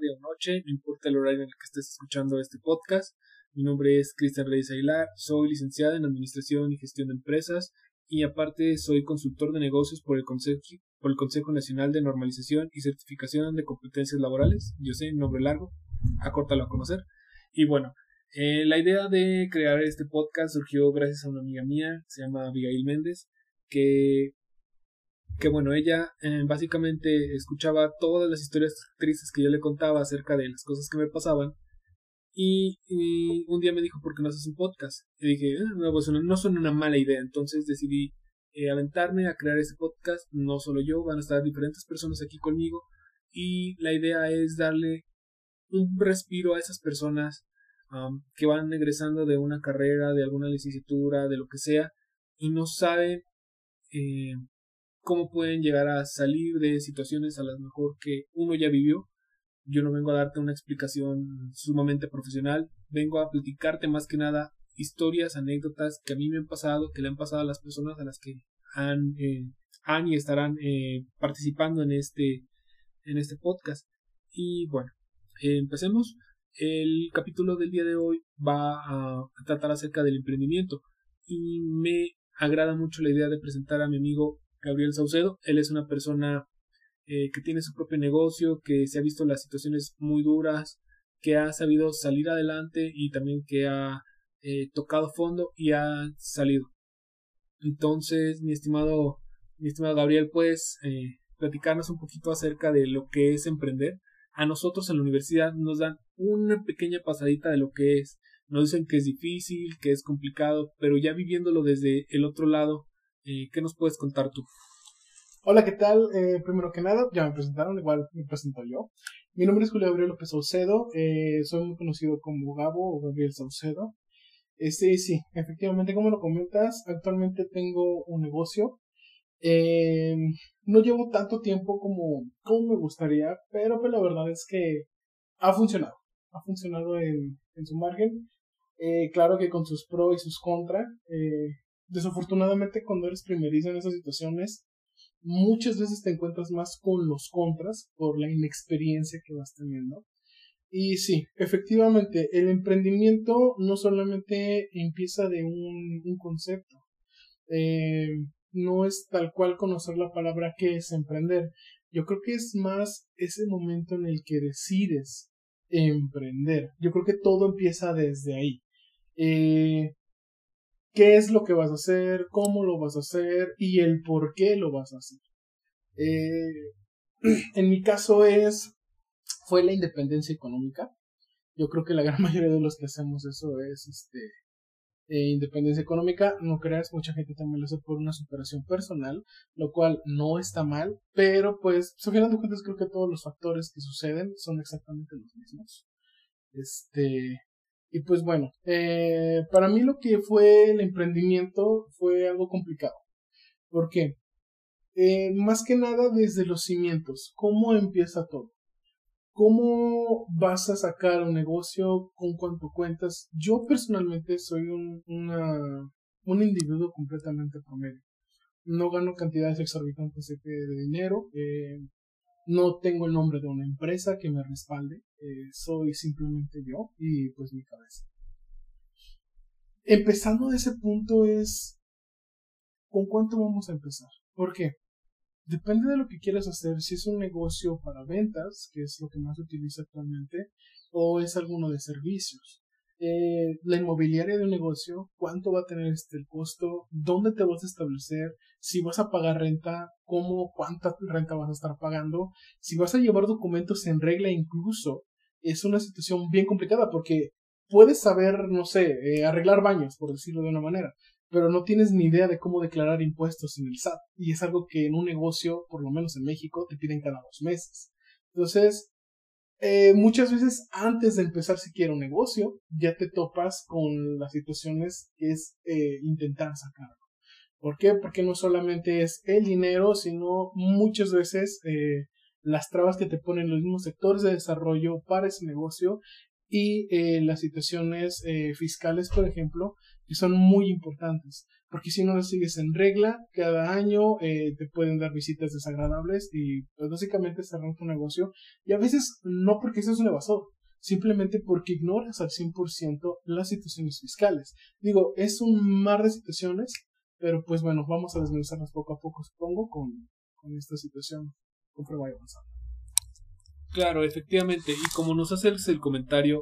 tarde o noche, no importa el horario en el que estés escuchando este podcast. Mi nombre es Cristian Reyes Aguilar, soy licenciado en Administración y Gestión de Empresas y aparte soy consultor de negocios por el Consejo Nacional de Normalización y Certificación de Competencias Laborales. Yo sé, nombre largo, acórtalo a conocer. Y bueno, la idea de crear este podcast surgió gracias a una amiga mía, se llama Abigail Méndez, que bueno, ella básicamente escuchaba todas las historias tristes que yo le contaba acerca de las cosas que me pasaban y un día me dijo, ¿por qué no haces un podcast? Y dije, no, pues no suena una mala idea. Entonces decidí aventarme a crear este podcast. No solo yo, van a estar diferentes personas aquí conmigo y la idea es darle un respiro a esas personas que van egresando de una carrera, de alguna licenciatura, de lo que sea, y no saben cómo pueden llegar a salir de situaciones a las mejor que uno ya vivió. Yo no vengo a darte una explicación sumamente profesional, vengo a platicarte más que nada historias, anécdotas que a mí me han pasado, que le han pasado a las personas a las que han y estarán participando en este podcast. Y bueno, empecemos. El capítulo del día de hoy va a tratar acerca del emprendimiento y me agrada mucho la idea de presentar a mi amigo Gabriel Saucedo. Él es una persona que tiene su propio negocio, que se ha visto las situaciones muy duras, que ha sabido salir adelante y también que ha tocado fondo y ha salido. Entonces, mi estimado Gabriel, ¿puedes platicarnos un poquito acerca de lo que es emprender? A nosotros en la universidad nos dan una pequeña pasadita de lo que es. Nos dicen que es difícil, que es complicado, pero ya viviéndolo desde el otro lado, ¿qué nos puedes contar tú? Hola, ¿qué tal? Primero que nada, ya me presentaron, igual me presento yo. Mi nombre es Julio Gabriel López Saucedo, soy muy conocido como Gabo o Gabriel Saucedo. Sí, efectivamente, como lo comentas, actualmente tengo un negocio. No llevo tanto tiempo como me gustaría, pero pues la verdad es que ha funcionado en su margen. Claro que con sus pros y sus contras. Desafortunadamente, cuando eres primerizo en esas situaciones, muchas veces te encuentras más con los contras por la inexperiencia que vas teniendo. Y sí, efectivamente, el emprendimiento no solamente empieza de un concepto. No es tal cual conocer la palabra que es emprender. Yo creo que es más ese momento en el que decides emprender. Yo creo que todo empieza desde ahí. ¿Qué es lo que vas a hacer? ¿Cómo lo vas a hacer? Y el por qué lo vas a hacer. En mi caso fue la independencia económica. Yo creo que la gran mayoría de los que hacemos eso es independencia económica. No creas, mucha gente también lo hace por una superación personal, lo cual no está mal, pero pues al final de cuentas creo que todos los factores que suceden son exactamente los mismos. Y pues bueno, para mí lo que fue el emprendimiento fue algo complicado. ¿Por qué? Más que nada desde los cimientos. ¿Cómo empieza todo? ¿Cómo vas a sacar un negocio? ¿Con cuánto cuentas? Yo personalmente soy un individuo completamente promedio. No gano cantidades exorbitantes de dinero. No tengo el nombre de una empresa que me respalde. Soy simplemente yo y pues mi cabeza. Empezando de ese punto es ¿con cuánto vamos a empezar? ¿Por qué? Depende de lo que quieras hacer, si es un negocio para ventas, que es lo que más se utiliza actualmente, o es alguno de servicios. La inmobiliaria de un negocio, ¿cuánto va a tener el costo? ¿Dónde te vas a establecer? Si vas a pagar renta, ¿cuánta renta vas a estar pagando? Si vas a llevar documentos en regla incluso, es una situación bien complicada porque puedes saber, no sé, arreglar baños, por decirlo de una manera, pero no tienes ni idea de cómo declarar impuestos en el SAT. Y es algo que en un negocio, por lo menos en México, te piden cada 2 meses. Entonces, muchas veces antes de empezar siquiera un negocio, ya te topas con las situaciones que es intentar sacarlo. ¿Por qué? Porque no solamente es el dinero, sino muchas veces las trabas que te ponen los mismos sectores de desarrollo para ese negocio y las situaciones fiscales, por ejemplo, que son muy importantes, porque si no lo sigues en regla, cada año te pueden dar visitas desagradables y pues básicamente cerrar tu negocio, y a veces no porque seas un evasor, simplemente porque ignoras al 100% las situaciones fiscales. Digo, es un mar de situaciones, pero pues bueno, vamos a desmenuzarlas poco a poco, supongo, con esta situación, conforme vaya avanzando. Claro, efectivamente, y como nos haces el comentario,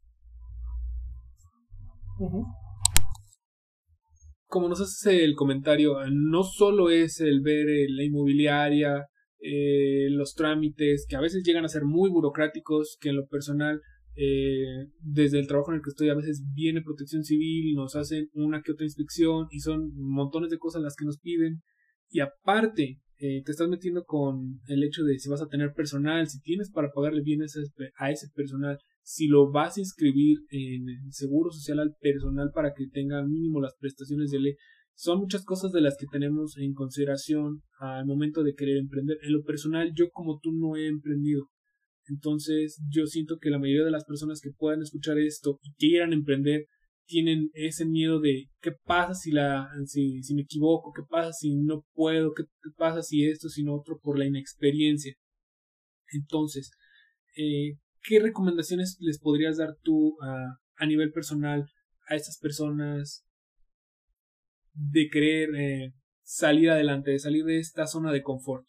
no solo es el ver la inmobiliaria, los trámites, que a veces llegan a ser muy burocráticos, que en lo personal, desde el trabajo en el que estoy, a veces viene Protección Civil, nos hacen una que otra inspección y son montones de cosas las que nos piden, y aparte te estás metiendo con el hecho de si vas a tener personal, si tienes para pagarle bien a ese personal, si lo vas a inscribir en el seguro social al personal para que tenga mínimo las prestaciones de ley. Son muchas cosas de las que tenemos en consideración al momento de querer emprender. En lo personal, yo como tú no he emprendido. Entonces, yo siento que la mayoría de las personas que puedan escuchar esto y quieran emprender tienen ese miedo de qué pasa si me equivoco, qué pasa si no puedo, qué pasa si esto, si no otro, por la inexperiencia. Entonces, ¿qué recomendaciones les podrías dar tú a nivel personal a estas personas de querer salir adelante, de salir de esta zona de confort?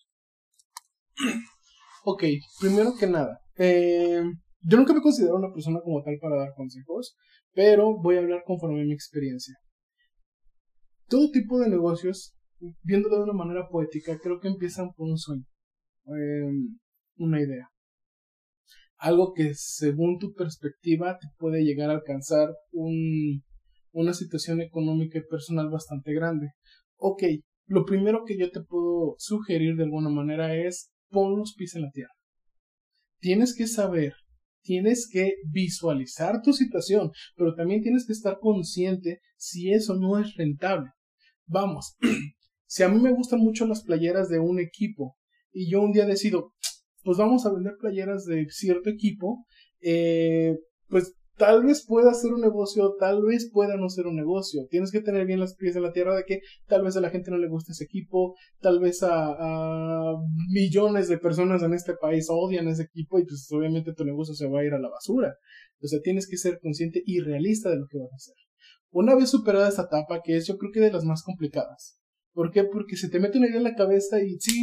Ok, primero que nada, yo nunca me considero una persona como tal para dar consejos, pero voy a hablar conforme a mi experiencia. Todo tipo de negocios, viéndolo de una manera poética, creo que empiezan por un sueño, una idea. Algo que según tu perspectiva te puede llegar a alcanzar una situación económica y personal bastante grande. Ok, lo primero que yo te puedo sugerir de alguna manera es pon los pies en la tierra. Tienes que saber, tienes que visualizar tu situación, pero también tienes que estar consciente si eso no es rentable. Vamos, si a mí me gustan mucho las playeras de un equipo y yo un día decido, pues vamos a vender playeras de cierto equipo, pues tal vez pueda ser un negocio, tal vez pueda no ser un negocio. Tienes que tener bien los pies en la tierra de que tal vez a la gente no le guste ese equipo, tal vez a millones de personas en este país odian ese equipo y pues obviamente tu negocio se va a ir a la basura. O sea, tienes que ser consciente y realista de lo que vas a hacer. Una vez superada esta etapa, que es yo creo que de las más complicadas. ¿Por qué? Porque se te mete una idea en la cabeza y sí,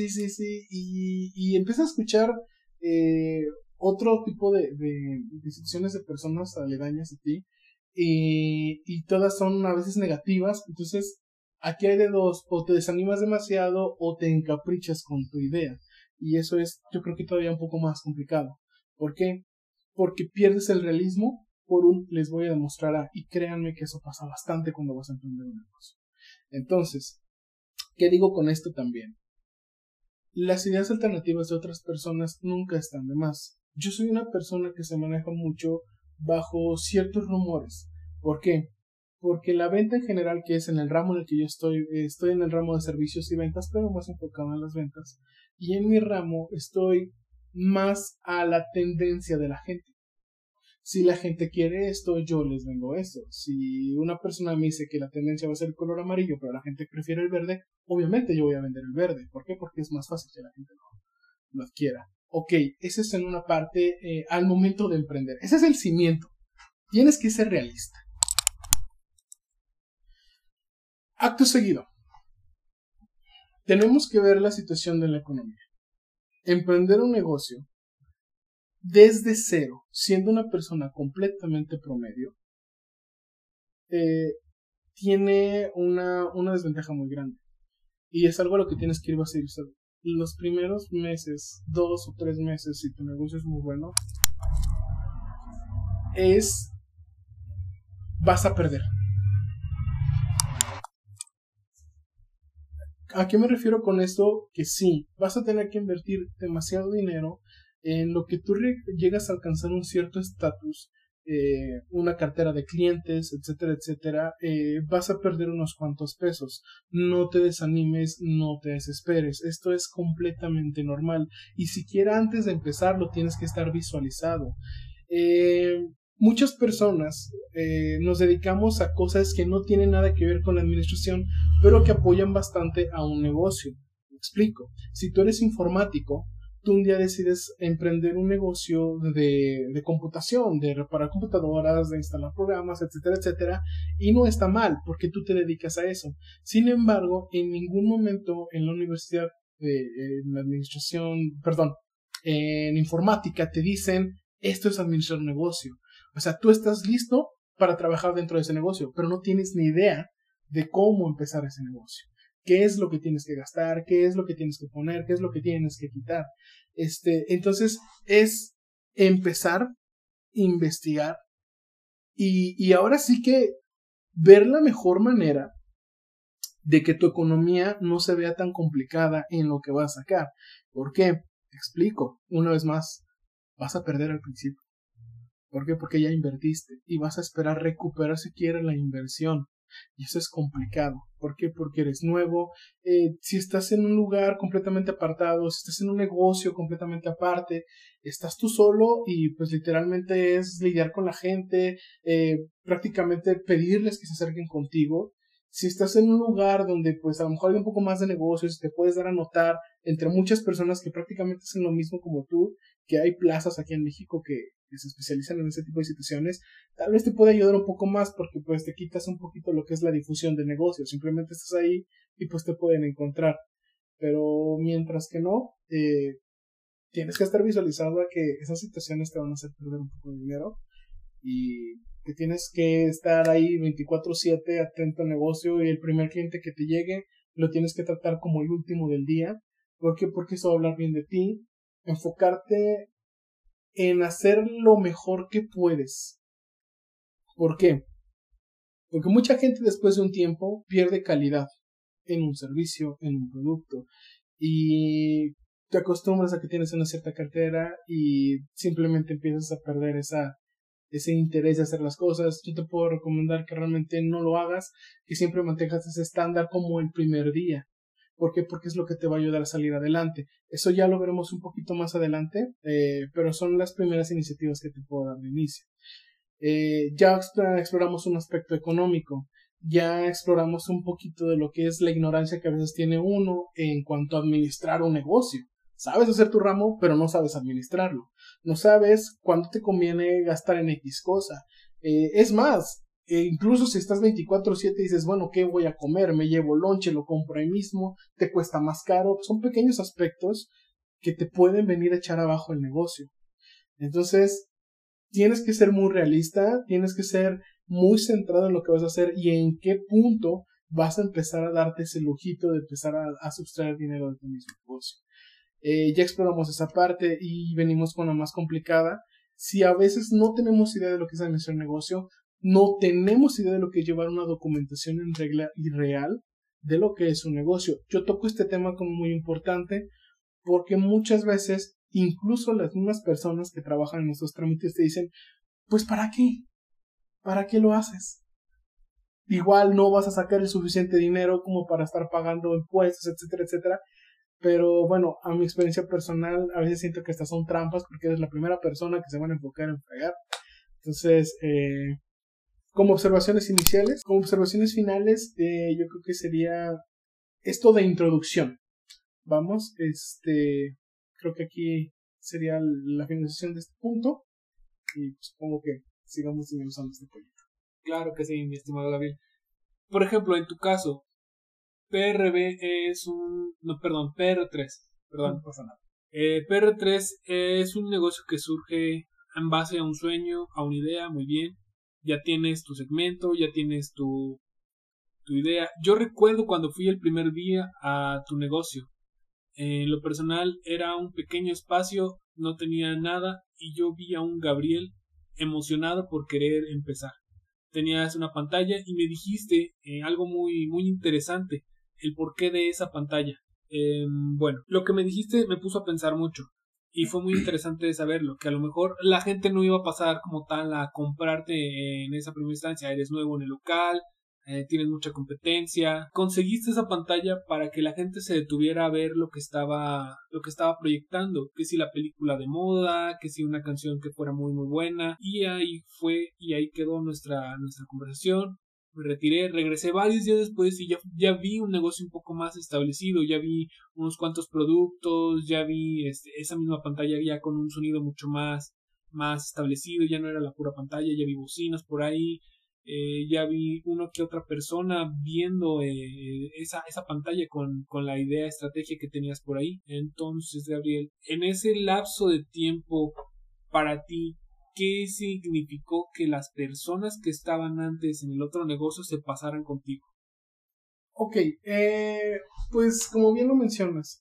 y empiezas a escuchar otro tipo de situaciones de personas aledañas a ti y todas son a veces negativas. Entonces aquí hay de dos: o te desanimas demasiado o te encaprichas con tu idea, y eso es, yo creo que todavía un poco más complicado. ¿Por qué? Porque pierdes el realismo por un les voy a demostrar y créanme que eso pasa bastante cuando vas a emprender un negocio. Entonces, ¿qué digo con esto también? Las ideas alternativas de otras personas nunca están de más. Yo soy una persona que se maneja mucho bajo ciertos rumores. ¿Por qué? Porque la venta en general, que es en el ramo en el que yo estoy en el ramo de servicios y ventas, pero más enfocado en las ventas. Y en mi ramo estoy más a la tendencia de la gente. Si la gente quiere esto, yo les vendo esto. Si una persona me dice que la tendencia va a ser el color amarillo, pero la gente prefiere el verde, obviamente yo voy a vender el verde. ¿Por qué? Porque es más fácil que la gente lo adquiera. Ok, ese es en una parte al momento de emprender. Ese es el cimiento. Tienes que ser realista. Acto seguido, tenemos que ver la situación de la economía. Emprender un negocio desde cero, siendo una persona completamente promedio, tiene una desventaja muy grande. Y es algo a lo que tienes que ir a ir. Los primeros meses, 2 o 3 meses, si tu negocio es muy bueno, vas a perder. ¿A qué me refiero con esto? Que sí, vas a tener que invertir demasiado dinero en lo que tú llegas a alcanzar un cierto estatus, una cartera de clientes, etcétera, etcétera. Vas a perder unos cuantos pesos. No te desanimes, no te desesperes. Esto es completamente normal. Y siquiera antes de empezar lo tienes que estar visualizado. muchas personas nos dedicamos a cosas que no tienen nada que ver con la administración, pero que apoyan bastante a un negocio. Me explico. Si tú eres informático, tú un día decides emprender un negocio de computación, de reparar computadoras, de instalar programas, etcétera, etcétera, y no está mal, porque tú te dedicas a eso. Sin embargo, en ningún momento en la universidad, en la administración, perdón, en informática te dicen, esto es administrar un negocio. O sea, tú estás listo para trabajar dentro de ese negocio, pero no tienes ni idea de cómo empezar ese negocio. ¿Qué es lo que tienes que gastar? ¿Qué es lo que tienes que poner? ¿Qué es lo que tienes que quitar? Entonces, es empezar, investigar y ahora sí que ver la mejor manera de que tu economía no se vea tan complicada en lo que vas a sacar. ¿Por qué? Te explico. Una vez más, vas a perder al principio. ¿Por qué? Porque ya invertiste y vas a esperar recuperar siquiera la inversión. Y eso es complicado. ¿Por qué? Porque eres nuevo. Si estás en un lugar completamente apartado, si estás en un negocio completamente aparte, estás tú solo y pues literalmente es lidiar con la gente, prácticamente pedirles que se acerquen contigo. Si estás en un lugar donde pues a lo mejor hay un poco más de negocios, te puedes dar a notar entre muchas personas que prácticamente hacen lo mismo como tú, que hay plazas aquí en México que se especializan en ese tipo de situaciones, tal vez te puede ayudar un poco más porque pues te quitas un poquito lo que es la difusión de negocios, simplemente estás ahí y pues te pueden encontrar, pero mientras que no, tienes que estar visualizando a que esas situaciones te van a hacer perder un poco de dinero y que tienes que estar ahí 24/7 atento al negocio y el primer cliente que te llegue lo tienes que tratar como el último del día. ¿Por qué? Porque eso va a hablar bien de ti, enfocarte en hacer lo mejor que puedes. ¿Por qué? Porque mucha gente después de un tiempo pierde calidad en un servicio, en un producto y te acostumbras a que tienes una cierta cartera y simplemente empiezas a perder ese interés de hacer las cosas. Yo te puedo recomendar que realmente no lo hagas, que siempre mantengas ese estándar como el primer día. ¿Por qué? Porque es lo que te va a ayudar a salir adelante. Eso ya lo veremos un poquito más adelante, pero son las primeras iniciativas que te puedo dar de inicio. Ya exploramos un aspecto económico, ya exploramos un poquito de lo que es la ignorancia que a veces tiene uno en cuanto a administrar un negocio. Sabes hacer tu ramo, pero no sabes administrarlo. No sabes cuándo te conviene gastar en X cosa. Es más, incluso si estás 24/7 y dices, bueno, ¿qué voy a comer? Me llevo lonche, lo compro ahí mismo, te cuesta más caro. Son pequeños aspectos que te pueden venir a echar abajo el negocio. Entonces, tienes que ser muy realista, tienes que ser muy centrado en lo que vas a hacer y en qué punto vas a empezar a darte ese lujito de empezar a sustraer dinero de tu mismo negocio. Ya exploramos esa parte y venimos con la más complicada. Si a veces no tenemos idea de lo que es administrar un negocio, no tenemos idea de lo que es llevar una documentación en regla y real de lo que es un negocio. Yo toco este tema como muy importante porque muchas veces incluso las mismas personas que trabajan en estos trámites te dicen, pues ¿para qué? ¿Para qué lo haces? Igual no vas a sacar el suficiente dinero como para estar pagando impuestos, etcétera, etcétera. Pero bueno, a mi experiencia personal, a veces siento que estas son trampas porque eres la primera persona que se van a enfocar en fregar. Entonces, como observaciones iniciales, como observaciones finales, yo creo que sería esto de introducción. Vamos, creo que aquí sería la finalización de este punto y supongo que sigamos usando este proyecto. Claro que sí, mi estimado Gabriel. Por ejemplo, en tu caso, PRB es PR3, perdón. No pasa nada. PR3 es un negocio que surge en base a un sueño, a una idea, muy bien. Ya tienes tu segmento, ya tienes tu idea. Yo recuerdo cuando fui el primer día a tu negocio. En lo personal era un pequeño espacio, no tenía nada y yo vi a un Gabriel emocionado por querer empezar. Tenías una pantalla y me dijiste algo muy, muy interesante, el porqué de esa pantalla. Bueno, lo que me dijiste me puso a pensar mucho y fue muy interesante saberlo, que a lo mejor la gente no iba a pasar como tal a comprarte en esa primera instancia, eres nuevo en el local, tienes mucha competencia. Conseguiste esa pantalla para que la gente se detuviera a ver lo que estaba proyectando, que si la película de moda, que si una canción que fuera muy muy buena, y ahí quedó nuestra conversación. Me retiré, regresé varios días después y ya vi un negocio un poco más establecido, ya vi unos cuantos productos, ya vi esa misma pantalla ya con un sonido mucho más establecido, ya no era la pura pantalla, ya vi bocinas por ahí, ya vi uno que otra persona viendo esa pantalla con la idea, estrategia que tenías por ahí. Entonces, Gabriel, en ese lapso de tiempo, para ti, ¿qué significó que las personas que estaban antes en el otro negocio se pasaran contigo? Ok, pues como bien lo mencionas,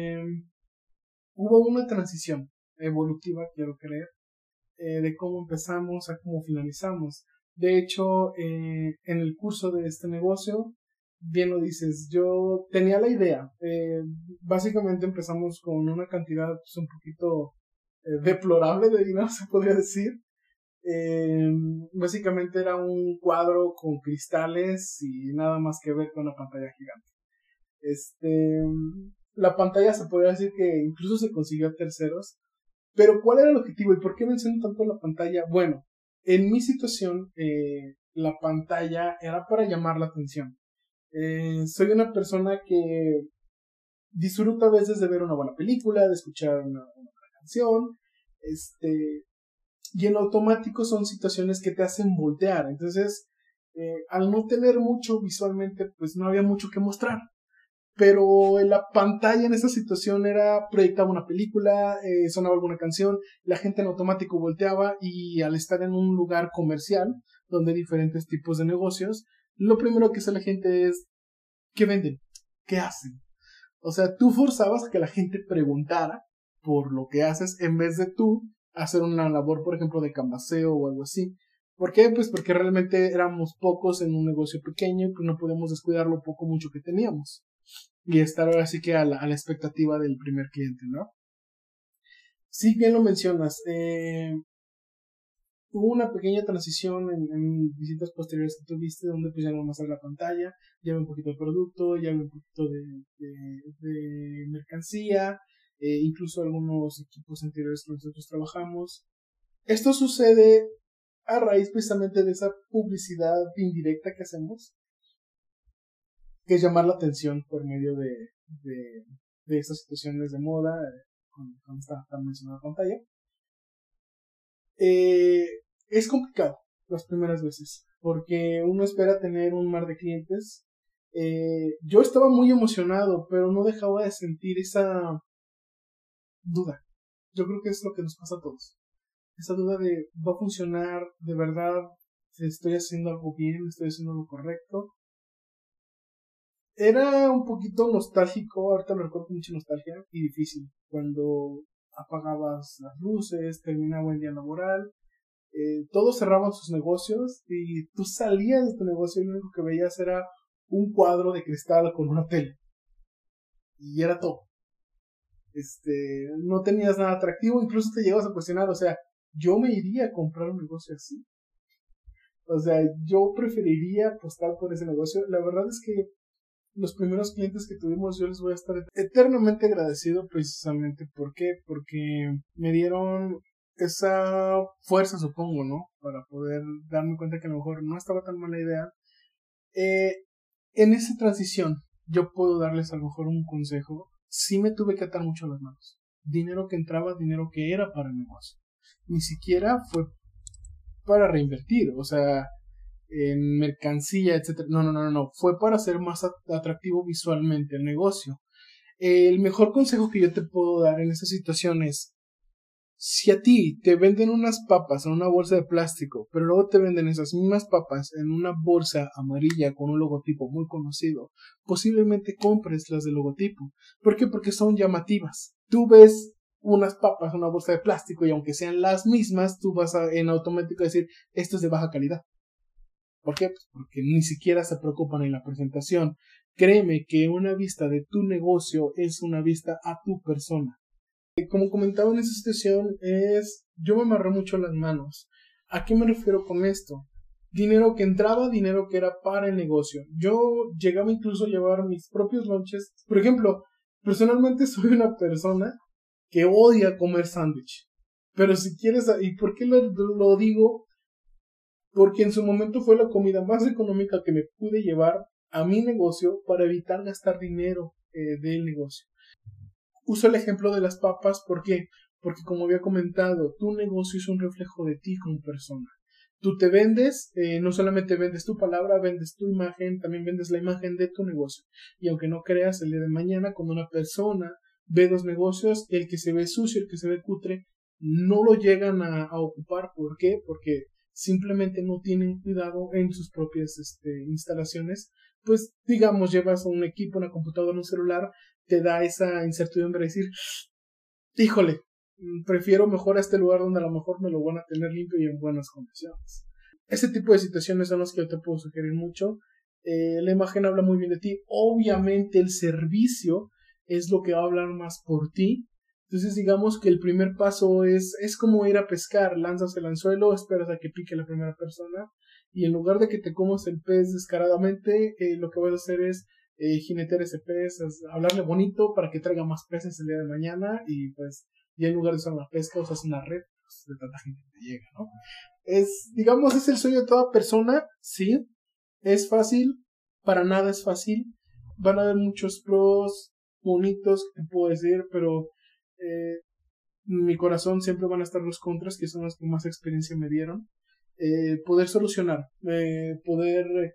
hubo una transición evolutiva, quiero creer, de cómo empezamos a cómo finalizamos. De hecho, en el curso de este negocio, bien lo dices, yo tenía la idea. Básicamente empezamos con una cantidad pues, un poquito deplorable de dinero, se podría decir. Básicamente era un cuadro con cristales y nada más que ver con una pantalla gigante. La pantalla se podría decir que incluso se consiguió a terceros. Pero ¿cuál era el objetivo y por qué menciono tanto la pantalla? Bueno, en mi situación, la pantalla era para llamar la atención. Soy una persona que disfruta a veces de ver una buena película, de escuchar una buena canción, y en automático son situaciones que te hacen voltear. Entonces, al no tener mucho visualmente, pues no había mucho que mostrar. Pero en la pantalla en esa situación proyectaba una película, sonaba alguna canción, la gente en automático volteaba y al estar en un lugar comercial donde hay diferentes tipos de negocios, lo primero que hace la gente es ¿qué venden? ¿Qué hacen? O sea, tú forzabas a que la gente preguntara por lo que haces en vez de tú hacer una labor, por ejemplo, de canvaseo o algo así. ¿Por qué? Pues porque realmente éramos pocos en un negocio pequeño y pues no podíamos descuidar lo poco mucho que teníamos. Y estar ahora sí que a la expectativa del primer cliente, ¿no? Sí, bien lo mencionas. Hubo una pequeña transición en visitas posteriores que tuviste, donde pues ya no más a la pantalla, ya ve un poquito de producto, ya ve un poquito de mercancía, incluso algunos equipos anteriores que nosotros trabajamos. Esto sucede a raíz precisamente de esa publicidad indirecta que hacemos, que es llamar la atención por medio de estas situaciones de moda, con esta tan mencionada pantalla. Es complicado las primeras veces, porque uno espera tener un mar de clientes. Yo estaba muy emocionado, pero no dejaba de sentir esa duda. Yo creo que es lo que nos pasa a todos. Esa duda de, ¿va a funcionar de verdad? ¿Estoy haciendo algo bien? ¿Estoy haciendo lo correcto? Era un poquito nostálgico, ahorita lo recuerdo con mucha nostalgia y difícil. Cuando apagabas las luces, terminaba el día laboral, todos cerraban sus negocios y tú salías de tu negocio y lo único que veías era un cuadro de cristal con una tele. Y era todo. No tenías nada atractivo, incluso te llegabas a cuestionar, o sea, yo me iría a comprar un negocio así. O sea, yo preferiría apostar por ese negocio. La verdad es que los primeros clientes que tuvimos, yo les voy a estar eternamente agradecido precisamente. ¿Por qué? Porque me dieron esa fuerza, supongo, ¿no? Para poder darme cuenta que a lo mejor no estaba tan mala idea. En esa transición, yo puedo darles a lo mejor un consejo. Sí me tuve que atar mucho las manos. Dinero que entraba, dinero que era para el negocio. Ni siquiera fue para reinvertir, o sea, en mercancía, etcétera. No. Fue para hacer más atractivo visualmente el negocio. El mejor consejo que yo te puedo dar en esta situación es, si a ti te venden unas papas en una bolsa de plástico, pero luego te venden esas mismas papas en una bolsa amarilla con un logotipo muy conocido, posiblemente compres las del logotipo. ¿Por qué? Porque son llamativas. Tú ves unas papas en una bolsa de plástico y aunque sean las mismas, tú vas a en automático decir, esto es de baja calidad. ¿Por qué? Pues porque ni siquiera se preocupan en la presentación. Créeme que una vista de tu negocio es una vista a tu persona. Como comentaba en esa situación, yo me amarré mucho las manos. ¿A qué me refiero con esto? dinero que entraba, dinero que era para el negocio. Yo llegaba incluso a llevar mis propios lunches. Por ejemplo, personalmente soy una persona que odia comer sándwich. Pero si quieres, ¿y por qué lo digo? Porque en su momento fue la comida más económica que me pude llevar a mi negocio para evitar gastar dinero del negocio. Uso el ejemplo de las papas, ¿por qué? Porque como había comentado, tu negocio es un reflejo de ti como persona. Tú te vendes, no solamente vendes tu palabra, vendes tu imagen, también vendes la imagen de tu negocio. Y aunque no creas, el día de mañana, cuando una persona ve los negocios, el que se ve sucio, el que se ve cutre, no lo llegan a ocupar. ¿Por qué? Porque simplemente no tienen cuidado en sus propias instalaciones. Pues digamos, llevas un equipo, una computadora, un celular, te da esa incertidumbre de decir, híjole, prefiero mejor a este lugar donde a lo mejor me lo van a tener limpio y en buenas condiciones. Ese tipo de situaciones son las que yo te puedo sugerir mucho. La imagen habla muy bien de ti. Obviamente el servicio es lo que va a hablar más por ti. Entonces digamos que el primer paso es como ir a pescar. Lanzas el anzuelo, esperas a que pique la primera persona y en lugar de que te comas el pez descaradamente, lo que vas a hacer es jinetear ese pez, hablarle bonito para que traiga más peces el día de mañana y pues ya en lugar de usar una pesca usas una red, pues, de tanta gente que te llega, ¿no? Digamos, es el sueño de toda persona, sí, es fácil, para nada es fácil, van a haber muchos pros bonitos que puedo decir, pero en mi corazón siempre van a estar los contras, que son los que más experiencia me dieron. Poder solucionar, poder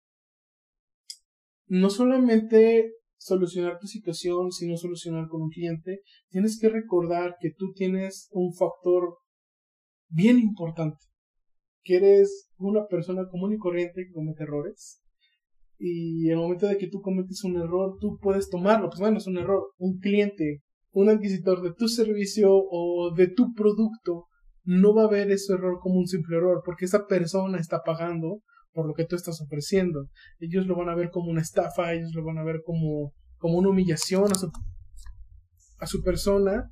no solamente solucionar tu situación, sino solucionar con un cliente. Tienes que recordar que tú tienes un factor bien importante, que eres una persona común y corriente que comete errores. Y en el momento de que tú cometes un error, tú puedes tomarlo, pues bueno, es un error. Un cliente, un adquisitor de tu servicio o de tu producto, no va a ver ese error como un simple error, porque esa persona está pagando por lo que tú estás ofreciendo. Ellos lo van a ver como una estafa, ellos lo van a ver como una humillación a su persona,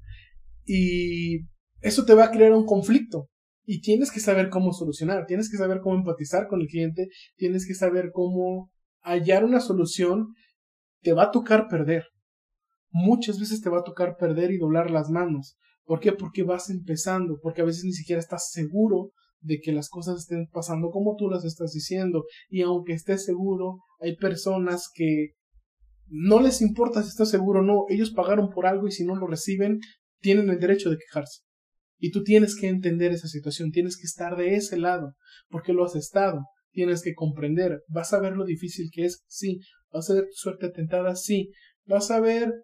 y eso te va a crear un conflicto. Y tienes que saber cómo solucionar, tienes que saber cómo empatizar con el cliente, tienes que saber cómo hallar una solución. Te va a tocar perder. Muchas veces te va a tocar perder y doblar las manos. ¿Por qué? Porque vas empezando, porque a veces ni siquiera estás seguro de que las cosas estén pasando como tú las estás diciendo. Y aunque estés seguro, hay personas que no les importa si estás seguro o no. Ellos pagaron por algo y si no lo reciben, tienen el derecho de quejarse. Y tú tienes que entender esa situación, tienes que estar de ese lado, porque lo has estado. Tienes que comprender, vas a ver lo difícil que es, sí. Vas a ver tu suerte tentada, sí. Vas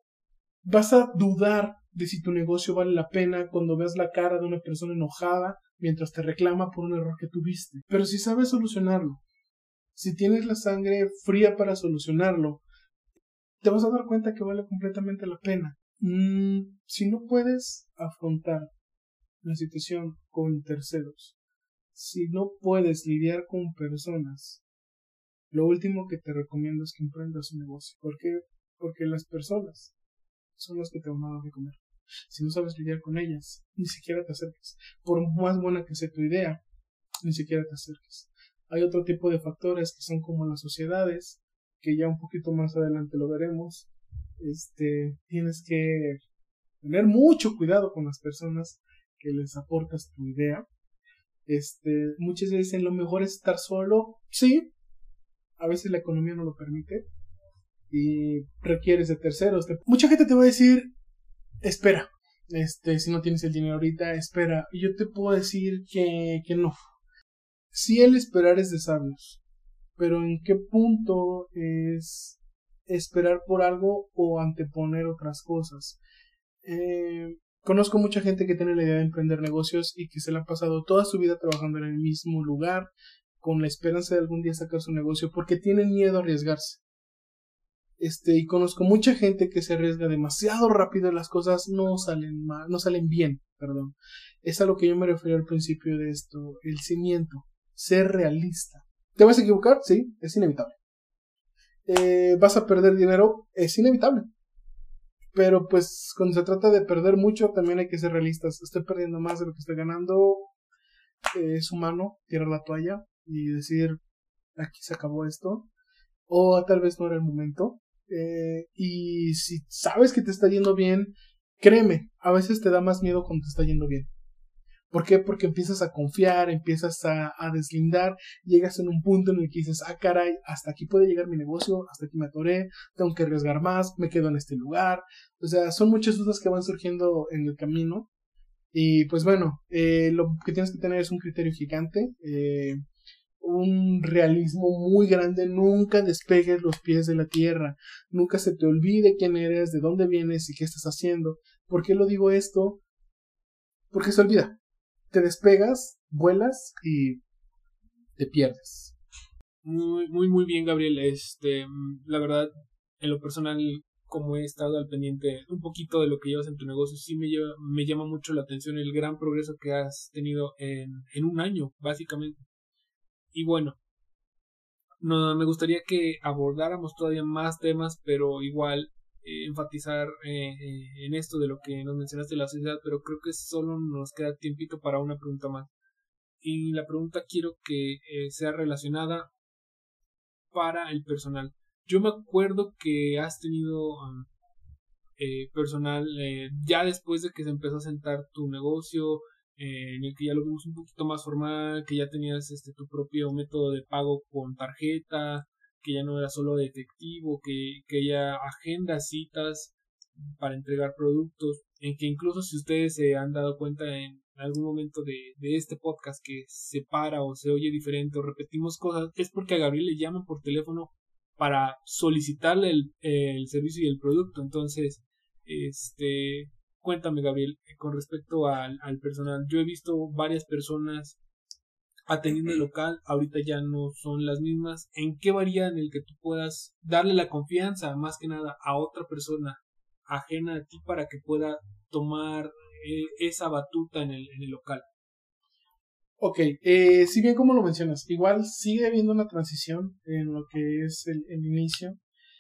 a dudar de si tu negocio vale la pena cuando ves la cara de una persona enojada mientras te reclama por un error que tuviste. Pero si sabes solucionarlo, si tienes la sangre fría para solucionarlo, te vas a dar cuenta que vale completamente la pena. Si no puedes afrontar la situación con terceros, si no puedes lidiar con personas, lo último que te recomiendo es que emprendas un negocio. ¿Por qué? Porque las personas son las que te van a dar de comer. Si no sabes lidiar con ellas, ni siquiera te acerques. Por más buena que sea tu idea, ni siquiera te acerques. Hay otro tipo de factores que son como las sociedades, que ya un poquito más adelante lo veremos. Tienes que tener mucho cuidado con las personas que les aportas tu idea. Muchas veces dicen lo mejor es estar solo. Sí, a veces la economía no lo permite y requieres de terceros. Mucha gente te va a decir, espera, si no tienes el dinero ahorita, espera. Y yo te puedo decir que no. Sí, el esperar es de sabios, pero ¿en qué punto es esperar por algo o anteponer otras cosas? Conozco mucha gente que tiene la idea de emprender negocios y que se la ha pasado toda su vida trabajando en el mismo lugar con la esperanza de algún día sacar su negocio porque tienen miedo a arriesgarse. Y conozco mucha gente que se arriesga demasiado rápido y las cosas no salen mal, no salen bien, perdón. Es a lo que yo me refería al principio de esto, el cimiento, ser realista. ¿Te vas a equivocar? Sí, es inevitable. ¿Vas a perder dinero? Es inevitable. Pero pues cuando se trata de perder mucho también hay que ser realistas. Estoy perdiendo más de lo que estoy ganando. Es humano tirar la toalla. y decir, aquí se acabó esto, o tal vez no era el momento. Y si sabes que te está yendo bien, créeme, a veces te da más miedo cuando te está yendo bien. ¿Por qué? Porque empiezas a confiar, empiezas a deslindar, llegas en un punto en el que dices, ah, caray, hasta aquí puede llegar mi negocio, hasta aquí me atoré, tengo que arriesgar más, me quedo en este lugar. O sea, son muchas dudas que van surgiendo en el camino. Y pues bueno, lo que tienes que tener es un criterio gigante, un realismo muy grande. Nunca despegues los pies de la tierra, nunca se te olvide quién eres, de dónde vienes y qué estás haciendo. ¿Por qué lo digo esto? Porque se olvida. Te despegas, vuelas y te pierdes. Muy bien, Gabriel. La verdad, en lo personal, como he estado al pendiente un poquito de lo que llevas en tu negocio, sí me llama mucho la atención el gran progreso que has tenido en un año, básicamente. Y bueno, no, me gustaría que abordáramos todavía más temas, pero igual enfatizar en esto de lo que nos mencionaste de la sociedad, pero creo que solo nos queda tiempito para una pregunta más. Y la pregunta quiero que sea relacionada para el personal. Yo me acuerdo que has tenido personal ya después de que se empezó a sentar tu negocio, en el que ya lo vimos un poquito más formal, que ya tenías tu propio método de pago con tarjeta, que ya no era solo de efectivo, que ya agendas citas para entregar productos, en que incluso si ustedes se han dado cuenta en algún momento de este podcast que se para o se oye diferente o repetimos cosas, es porque a Gabriel le llaman por teléfono para solicitarle el servicio y el producto. Entonces, cuéntame, Gabriel, con respecto al personal. Yo he visto varias personas atendiendo el local, ahorita ya no son las mismas. ¿En qué varía en el que tú puedas darle la confianza, más que nada, a otra persona ajena a ti para que pueda tomar esa batuta en el local? Ok, si bien como lo mencionas, igual sigue habiendo una transición en lo que es el inicio.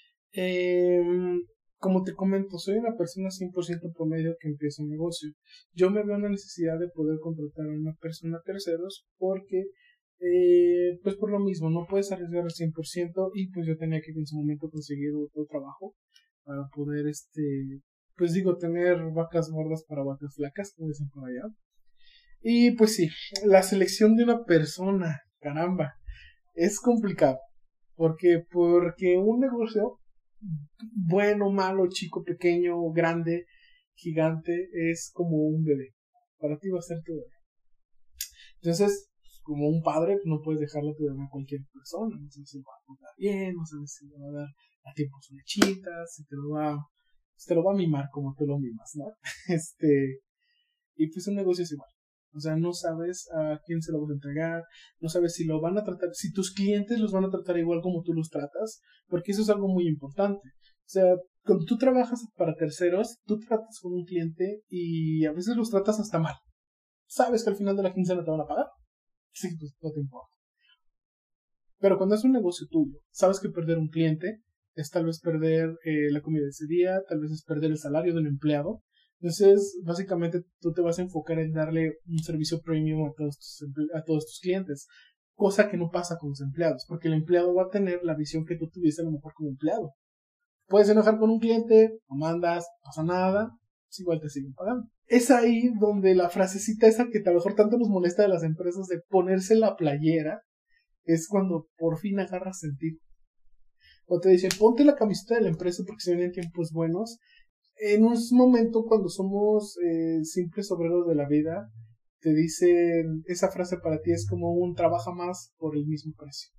Como te comento, soy una persona 100% promedio que empieza un negocio. Yo me veo en la necesidad de poder contratar a una persona terceros porque, pues por lo mismo, no puedes arriesgar al 100% y pues yo tenía que en su momento conseguir otro trabajo para poder, pues digo, tener vacas gordas para vacas flacas, como dicen por allá. Y pues sí, la selección de una persona, caramba, es complicado. Porque un negocio, bueno, malo, chico, pequeño, grande, gigante, es como un bebé. Para ti va a ser tu bebé. Entonces, como un padre, no puedes dejarle tu bebé a cualquier persona. No sabes si lo va a portar bien, no sabes si le va a dar a tiempo su lechita, si te lo va a mimar como tú lo mimas, ¿no? Y pues un negocio es igual. O sea, no sabes a quién se lo vas a entregar, no sabes si lo van a tratar, si tus clientes los van a tratar igual como tú los tratas, porque eso es algo muy importante. O sea, cuando tú trabajas para terceros, tú tratas con un cliente y a veces los tratas hasta mal. Sabes que al final de la quincena te van a pagar, sí, pues no te importa. Pero cuando es un negocio tuyo, sabes que perder un cliente es tal vez perder la comida de ese día, tal vez es perder el salario del empleado. Entonces, básicamente tú te vas a enfocar en darle un servicio premium a todos tus clientes, cosa que no pasa con los empleados, porque el empleado va a tener la visión que tú tuviste a lo mejor como empleado. Puedes enojar con un cliente, lo mandas, no pasa nada, pues igual te siguen pagando. Es ahí donde la frasecita esa que a lo mejor tanto nos molesta de las empresas de ponerse la playera, es cuando por fin agarras sentido. O te dicen, ponte la camiseta de la empresa porque se vienen tiempos buenos. En un momento cuando somos simples obreros de la vida, te dicen, esa frase para ti es como un trabaja más por el mismo precio.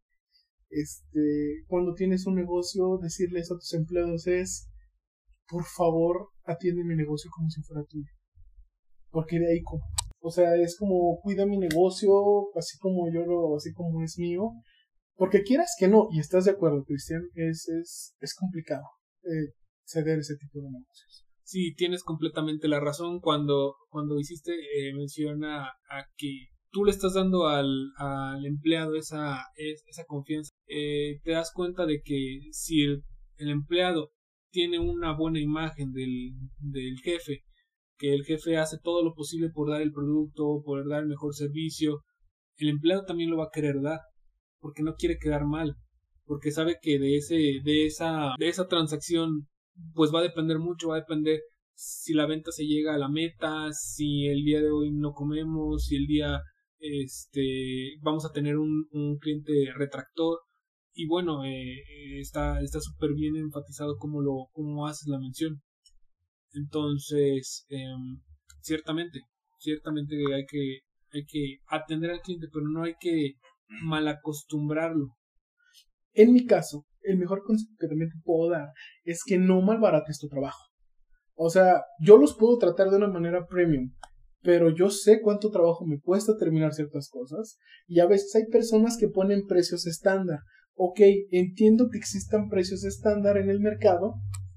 Cuando tienes un negocio, decirles a tus empleados es, por favor, atiende mi negocio como si fuera tuyo. Porque de ahí como. O sea, es como, cuida mi negocio, así como es mío. Porque quieras que no, y estás de acuerdo, Cristian, es complicado ceder ese tipo de negocios. Sí, tienes completamente la razón. Cuando hiciste mención a que tú le estás dando al empleado esa confianza, te das cuenta de que si el empleado tiene una buena imagen del jefe, que el jefe hace todo lo posible por dar el producto, por dar el mejor servicio, el empleado también lo va a querer dar, porque no quiere quedar mal, porque sabe que de esa transacción pues va a depender mucho, va a depender si la venta se llega a la meta, si el día de hoy no comemos, si el día vamos a tener un cliente retractor. Y bueno, está súper bien enfatizado como haces la mención. Entonces, ciertamente hay que atender al cliente, pero no hay que malacostumbrarlo. En mi caso, el mejor consejo que también te puedo dar es que no malbarates tu trabajo. O sea, yo los puedo tratar de una manera premium, pero yo sé cuánto trabajo me cuesta terminar ciertas cosas, y a veces hay personas que ponen precios estándar. Ok, entiendo que existan precios estándar en el mercado,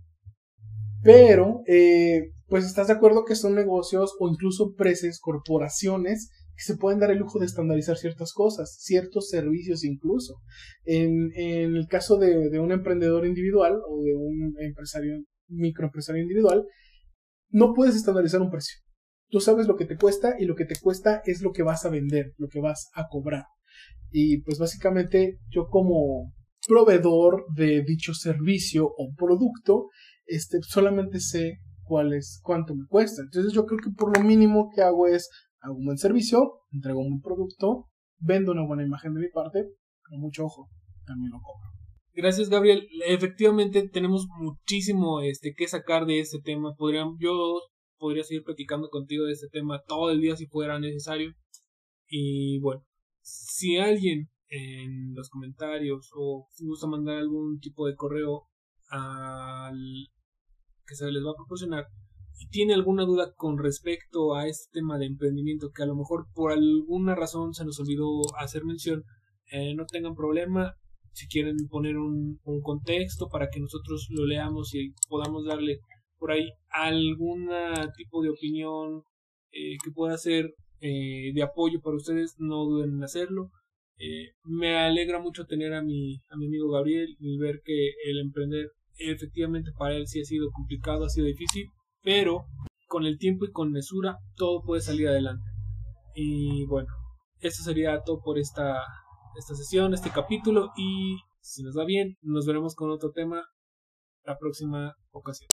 pero pues estás de acuerdo que son negocios o incluso empresas, corporaciones que se pueden dar el lujo de estandarizar ciertas cosas, ciertos servicios incluso. En el caso de un emprendedor individual o de un microempresario individual, no puedes estandarizar un precio. Tú sabes lo que te cuesta, y lo que te cuesta es lo que vas a vender, lo que vas a cobrar. Y pues básicamente yo, como proveedor de dicho servicio o producto, solamente sé cuánto me cuesta. Entonces yo creo que por lo mínimo que hago es, hago un buen servicio, entrego un buen producto, vendo una buena imagen de mi parte, con mucho ojo, también lo cobro. Gracias, Gabriel. Efectivamente tenemos muchísimo que sacar de este tema. Yo podría seguir platicando contigo de este tema todo el día si fuera necesario. Y bueno, si alguien en los comentarios o si gusta mandar algún tipo de correo al que se les va a proporcionar y tiene alguna duda con respecto a este tema de emprendimiento que a lo mejor por alguna razón se nos olvidó hacer mención, no tengan problema. Si quieren poner un contexto para que nosotros lo leamos y podamos darle por ahí algún tipo de opinión que pueda ser de apoyo para ustedes, no duden en hacerlo. Me alegra mucho tener a mi amigo Gabriel y ver que el emprender efectivamente para él sí ha sido complicado, ha sido difícil, pero con el tiempo y con mesura todo puede salir adelante. Y bueno, eso sería todo por esta sesión, este capítulo, y si nos va bien, nos veremos con otro tema la próxima ocasión.